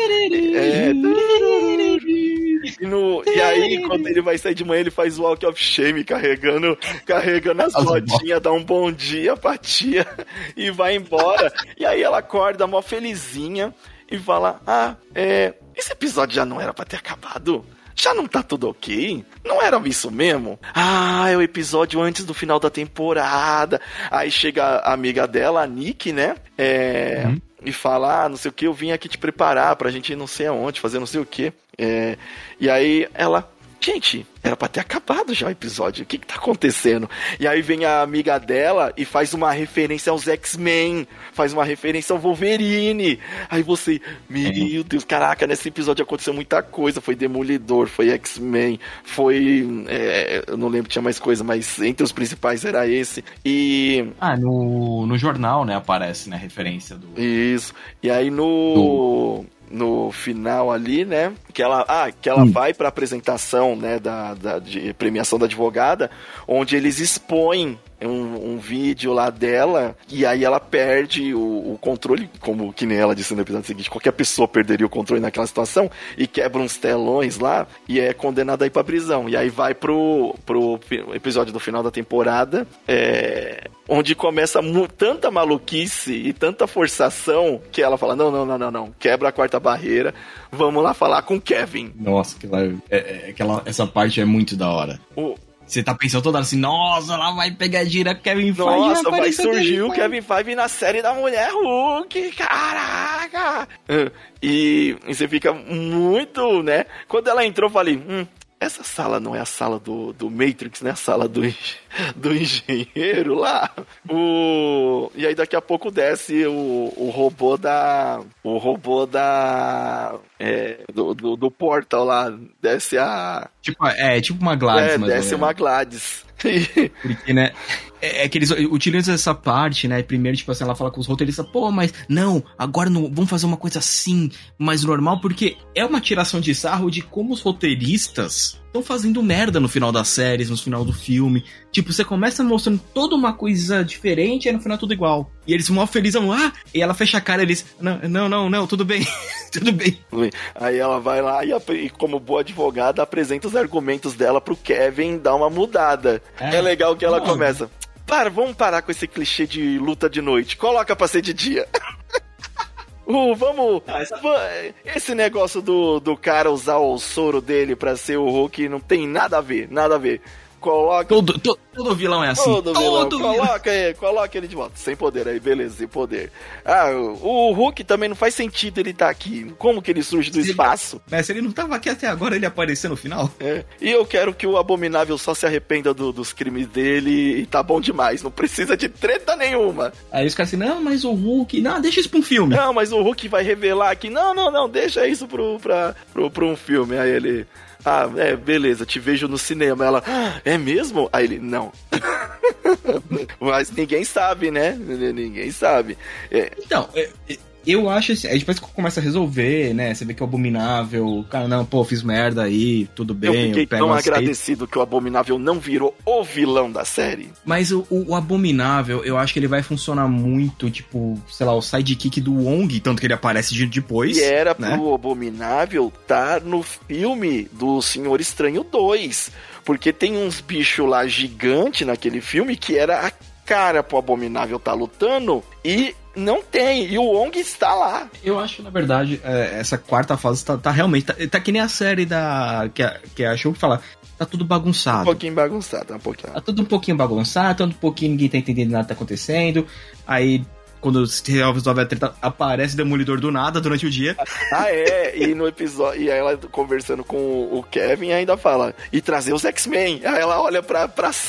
E aí, quando ele vai sair de manhã, ele faz o Walk of Shame, carregando as rodinhas, dá um bom dia pra tia e vai embora. E aí ela acorda mó felizinha e fala, esse episódio já não era pra ter acabado? Já não tá tudo ok? Não era isso mesmo? É o episódio antes do final da temporada. Aí chega a amiga dela, a Nick, né? E fala, não sei o que, eu vim aqui te preparar pra gente ir não sei aonde, fazer não sei o que. E aí ela... Gente, era pra ter acabado já o episódio. O que tá acontecendo? E aí vem a amiga dela e faz uma referência aos X-Men. Faz uma referência ao Wolverine. Aí você... Meu Deus, caraca, nesse episódio aconteceu muita coisa. Foi Demolidor, foi X-Men, foi... eu não lembro, tinha mais coisa, mas entre os principais era esse. E... no jornal, né, aparece, né, a referência do... Isso. E aí no final ali, né, que ela vai pra apresentação, né, de premiação da advogada, onde eles expõem um vídeo lá dela, e aí ela perde o controle, como que nem ela disse no episódio seguinte, qualquer pessoa perderia o controle naquela situação, e quebra uns telões lá, e é condenada a ir pra prisão. E aí vai pro episódio do final da temporada, onde começa tanta maluquice e tanta forçação, que ela fala, não, quebra a quarta barreira, vamos lá falar com o Kevin. Nossa, essa parte é muito da hora. Você tá pensando toda hora assim, nossa, lá vai pegar gira Kevin Feige. Nossa, vai surgir o Kevin Feige na série da Mulher Hulk, caraca! E você fica muito, né? Quando ela entrou, eu falei, essa sala não é a sala do Matrix, né? A sala do engenheiro lá. E aí daqui a pouco desce o robô da... O robô da... do Portal lá. Desce a... Tipo uma Gladys, mais desce uma Gladys. Porque, né, que eles utilizam essa parte, né, primeiro, tipo assim, ela fala com os roteiristas, pô, mas não, agora não, vamos fazer uma coisa assim, mais normal, porque é uma tiração de sarro de como os roteiristas estão fazendo merda no final das séries, no final do filme. Tipo, você começa mostrando toda uma coisa diferente e aí no final tudo igual. E eles mó felizão, e ela fecha a cara e eles, não, tudo bem, tudo bem. Aí ela vai lá e como boa advogada, apresenta os argumentos dela pro Kevin dar uma mudada. É legal que ela começa, vamos parar com esse clichê de luta de noite, coloca pra ser de dia. Esse negócio do cara usar o soro dele pra ser o Hulk não tem nada a ver. Coloca... Todo vilão é assim. Todo vilão. Coloca ele de volta. Sem poder, aí beleza, sem poder. O Hulk também não faz sentido ele estar aqui. Como que ele surge do espaço? Mas se ele não tava aqui até agora, ele apareceu no final. E eu quero que o Abominável só se arrependa dos crimes dele e tá bom demais. Não precisa de treta nenhuma. Aí os caras assim, não, mas o Hulk... Não, deixa isso pra um filme. Não, mas o Hulk vai revelar que não, deixa isso pra um filme. Aí ele... beleza, te vejo no cinema. Ela, é mesmo? Aí ele, não. Mas ninguém sabe, né? Ninguém sabe. Então, eu acho assim, aí depois que começa a resolver, né? Você vê que é o Abominável, cara, não, pô, fiz merda aí, tudo bem. Eu fiquei tão agradecido que o Abominável não virou o vilão da série. Mas o Abominável, eu acho que ele vai funcionar muito, tipo, sei lá, o sidekick do Wong, tanto que ele aparece depois. E era, né, pro Abominável tá no filme do Senhor Estranho 2. Porque tem uns bichos lá gigantes naquele filme que era a cara pro Abominável tá lutando e não tem, e o Wong está lá. Eu acho que, na verdade, essa quarta fase tá realmente... Tá que nem a série que a Show que fala... Tá tudo bagunçado. Um pouquinho bagunçado, Tá tudo um pouquinho bagunçado, tá um pouquinho ninguém tá entendendo nada que tá acontecendo. Aí... Quando se resolve a treta, aparece Demolidor do nada durante o dia. E no episódio, e aí ela conversando com o Kevin ainda fala, e trazer os X-Men. Aí ela olha pra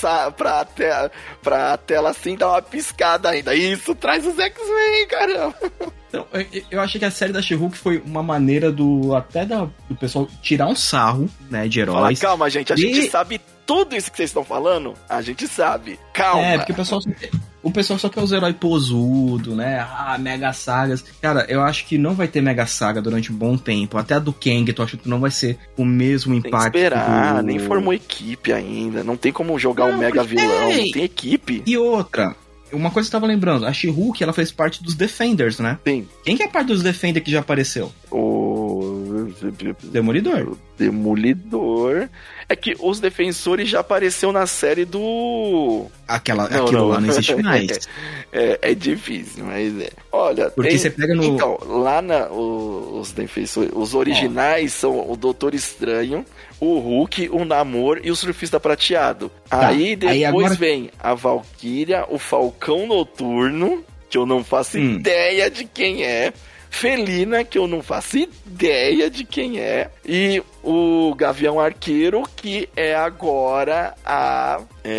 tela assim, dá uma piscada ainda. Isso, traz os X-Men, caramba. Então, eu achei que a série da She-Hulk foi uma maneira do pessoal tirar um sarro, né, de heróis. Fala, calma, gente, a gente sabe tudo isso que vocês estão falando, a gente sabe. Calma. Porque o pessoal só quer os heróis posudo, né? Mega sagas. Cara, eu acho que não vai ter mega saga durante um bom tempo. Até a do Kang, eu acho que não vai ser o mesmo impacto. Tem que esperar, nem formou equipe ainda. Não tem como jogar um mega vilão, não tem equipe. E outra, uma coisa que eu tava lembrando, a She-Hulk, ela fez parte dos Defenders, né? Sim. Quem que é parte dos Defenders que já apareceu? O Demolidor. Demolidor. É que os Defensores já apareceu na série do... Aquilo lá não existe mais. É difícil, mas Olha, porque você pega no... Então, lá os Defensores, os originais são o Doutor Estranho, o Hulk, o Namor e o Surfista Prateado. Aí depois vem a Valkyria, o Falcão Noturno, que eu não faço ideia de quem é. Felina, que eu não faço ideia de quem é, e o Gavião Arqueiro, que é agora a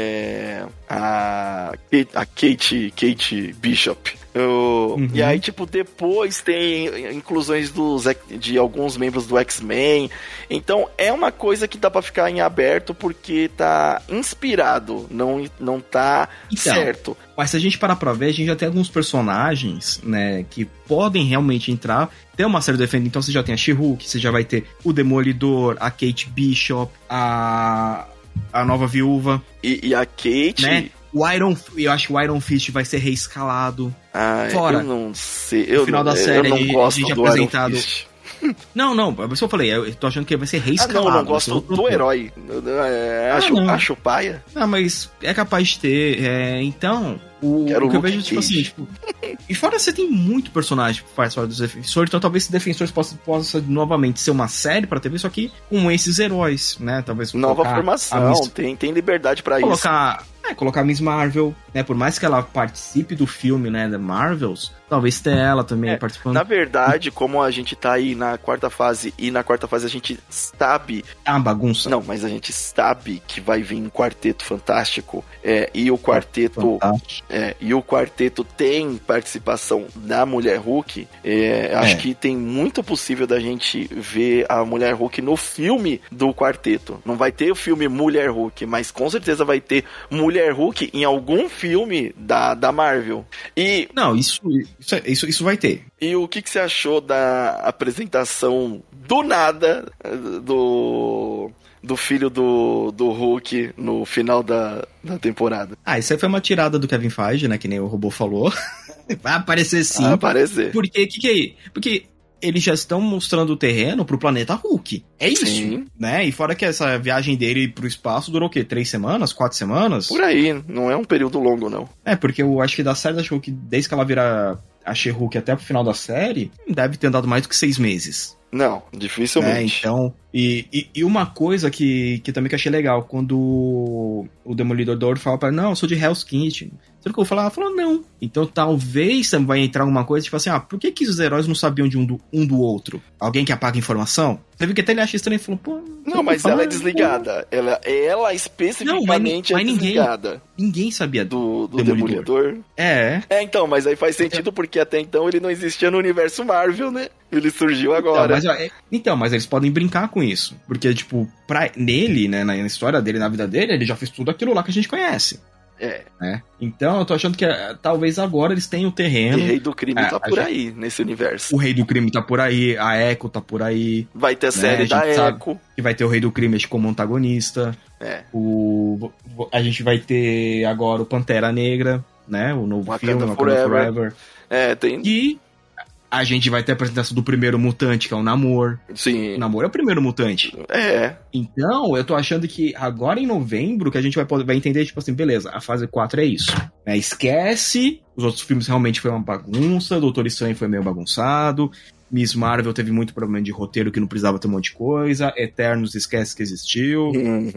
Kate Bishop. E aí, tipo, depois tem inclusões de alguns membros do X-Men. Então, é uma coisa que dá pra ficar em aberto porque tá inspirado, não tá certo. Mas se a gente parar pra ver, a gente já tem alguns personagens, né, que podem realmente entrar. Tem uma série defendendo, então você já tem a She-Hulk, você já vai ter o Demolidor, a Kate Bishop, a nova viúva. E a Kate... Né? Eu acho que o Iron Fist vai ser reescalado. Fora. Eu não sei. No final da série, eu não gosto a gente do apresentado. Iron Fist. Não, por isso eu falei, eu tô achando que ele vai ser reescalado. Eu não gosto do herói. Acho paia. Não, mas é capaz de ter. Então, O que eu vejo, Luke tipo assim, tipo... E fora você tem muito personagem que faz fora dos Defensores, então talvez Defensores possa novamente ser uma série pra TV, só que com esses heróis, né? Talvez nova formação, tem liberdade pra isso. Colocar a Miss Marvel, né? Por mais que ela participe do filme, né, da Marvels, talvez ter ela também participando. Na verdade, como a gente tá aí na quarta fase, e na quarta fase a gente sabe... É uma bagunça. Não, mas a gente sabe que vai vir um Quarteto Fantástico, e o Quarteto tem participação da Mulher Hulk. Acho que tem muito possível da gente ver a Mulher Hulk no filme do Quarteto. Não vai ter o filme Mulher Hulk, mas com certeza vai ter Mulher Hulk em algum filme da Marvel. E... Não, isso vai ter. E o que você achou da apresentação do nada do filho do Hulk no final da temporada? Isso aí foi uma tirada do Kevin Feige, né? Que nem o robô falou. Vai aparecer sim. Vai aparecer. Porque, que é isso? Porque eles já estão mostrando o terreno pro planeta Hulk. É isso, sim, né? E fora que essa viagem dele pro espaço durou o quê? 3 semanas? 4 semanas? Por aí, não é um período longo, não. Porque eu acho que da série da She-Hulk, desde que ela vira a She-Hulk até pro final da série, deve ter andado mais do que 6 meses. Não, dificilmente. Então, e uma coisa que também que achei legal, quando o Demolidor fala pra ela, não, eu sou de Hell's Kitchen. Sabe o que eu vou falar? Ela falou, não. Então talvez também vai entrar alguma coisa, tipo assim, por que os heróis não sabiam de um do outro? Alguém que apaga informação? Você viu que até ele acha estranho e falou, pô... Não, mas ela é desligada. Ela especificamente é desligada. Ninguém sabia do Demolidor. Então, mas aí faz sentido porque até então ele não existia no universo Marvel, né? Ele surgiu agora. Mas eles podem brincar com isso. Porque, tipo, nele, né, na história dele, na vida dele, ele já fez tudo aquilo lá que a gente conhece. Né? Então eu tô achando que talvez agora eles tenham o terreno. E o Rei do Crime tá por aí, nesse universo. O Rei do Crime tá por aí, a Echo tá por aí. Vai ter a série da Echo. Que vai ter o Rei do Crime como antagonista. A gente vai ter agora o Pantera Negra, né? O novo filme, Wakanda Forever. Tem... E a gente vai ter a apresentação do primeiro mutante, que é o Namor. Sim. O Namor é o primeiro mutante. Então, eu tô achando que agora em novembro que a gente vai entender, tipo assim, beleza, a fase 4 é isso. Esquece, os outros filmes realmente foi uma bagunça, Doutor Estranho foi meio bagunçado, Miss Marvel teve muito problema de roteiro que não precisava ter um monte de coisa, Eternos esquece que existiu,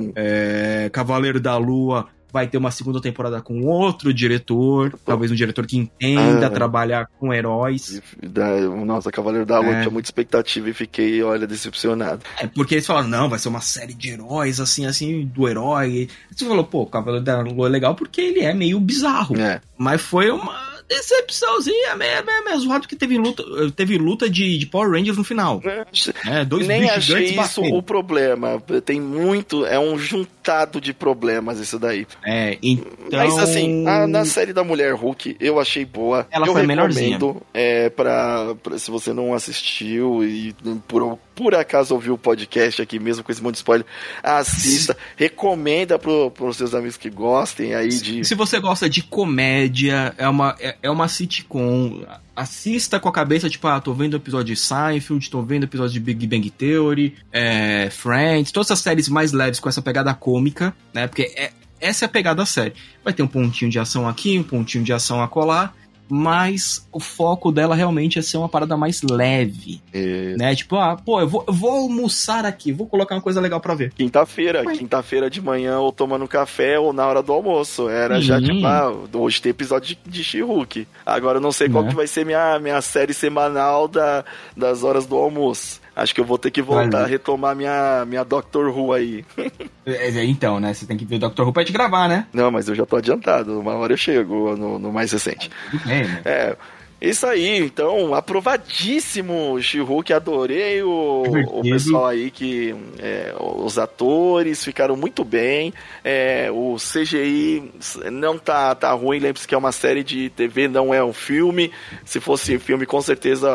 Cavaleiro da Lua vai ter uma segunda temporada com outro diretor, talvez um diretor que entenda trabalhar com heróis. Nossa, Cavaleiro da Lua, tinha muita expectativa e fiquei, decepcionado. Porque eles falaram, não, vai ser uma série de heróis, assim, do herói. Você falou, pô, Cavaleiro da Lua é legal porque ele é meio bizarro. Mas foi uma decepçãozinha, meio zoado que teve luta de Power Rangers no final. Dois Nem bichos achei grandes isso batendo. o problema. Tem muito, é um juntado de problemas isso daí. Então... Mas assim, na série da Mulher Hulk, eu achei boa. Ela foi melhorzinha. Pra se você não assistiu e por acaso ouviu o podcast aqui mesmo com esse monte de spoiler, assista, recomenda pros seus amigos que gostem aí de... Se você gosta de comédia, é uma sitcom, assista com a cabeça, tipo, tô vendo o episódio de Seinfeld, tô vendo o episódio de Big Bang Theory, Friends, todas essas séries mais leves com essa pegada cômica, né, porque essa é a pegada da série. Vai ter um pontinho de ação aqui, um pontinho de ação acolá, mas o foco dela realmente é ser uma parada mais leve, né? Tipo, eu vou almoçar aqui, vou colocar uma coisa legal pra ver. Quinta-feira de manhã, ou tomando café, ou na hora do almoço. Era já tipo, hoje tem episódio de She-Hulk. Agora eu não sei qual que vai ser minha série semanal das horas do almoço. Acho que eu vou ter que voltar a retomar minha Doctor Who aí. Então, né? Você tem que ver o Doctor Who pra te gravar, né? Não, mas eu já tô adiantado. Uma hora eu chego no mais recente. Isso aí, então, aprovadíssimo She-Hulk, adorei o pessoal aí que os atores ficaram muito bem, o CGI não tá ruim, lembre-se que é uma série de TV, não é um filme, se fosse filme com certeza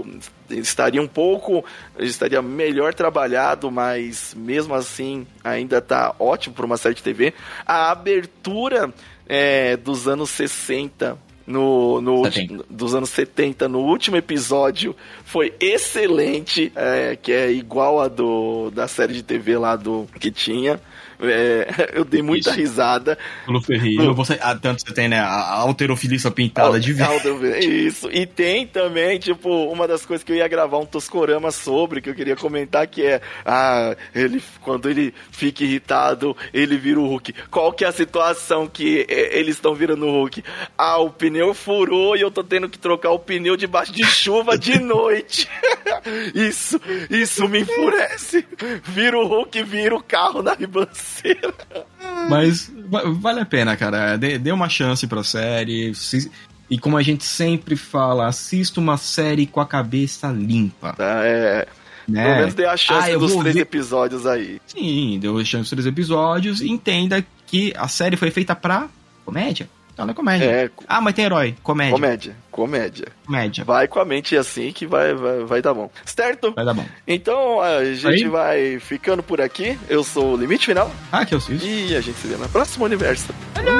estaria melhor trabalhado, mas mesmo assim ainda tá ótimo para uma série de TV. A abertura dos anos 60 dos anos 70 no último episódio foi excelente, que é igual a da série de TV lá que tinha. Eu dei muita risada. Pelo Ferreiro, tanto você tem, né, a alterofilista pintada de verde. Isso, e tem também, tipo, uma das coisas que eu ia gravar um Toscorama sobre, que eu queria comentar, que é, quando ele fica irritado, ele vira o Hulk. Qual que é a situação que eles estão virando o Hulk? O pneu furou e eu tô tendo que trocar o pneu debaixo de chuva de noite. Isso me enfurece. Vira o Hulk, vira o carro na ribanceira. Mas vale a pena, cara. Dê uma chance pra série. E como a gente sempre fala, assista uma série com a cabeça limpa. Né? Pelo menos dê a chance dos 3 episódios aí. Sim, deu a chance dos 3 episódios. E entenda que a série foi feita pra comédia. Não é comédia. Mas tem herói. Comédia. Vai com a mente assim que vai dar bom. Certo? Vai dar bom. Então a gente vai ficando por aqui. Eu sou o Limite Final. Que eu fiz. E a gente se vê no próximo universo. Valeu!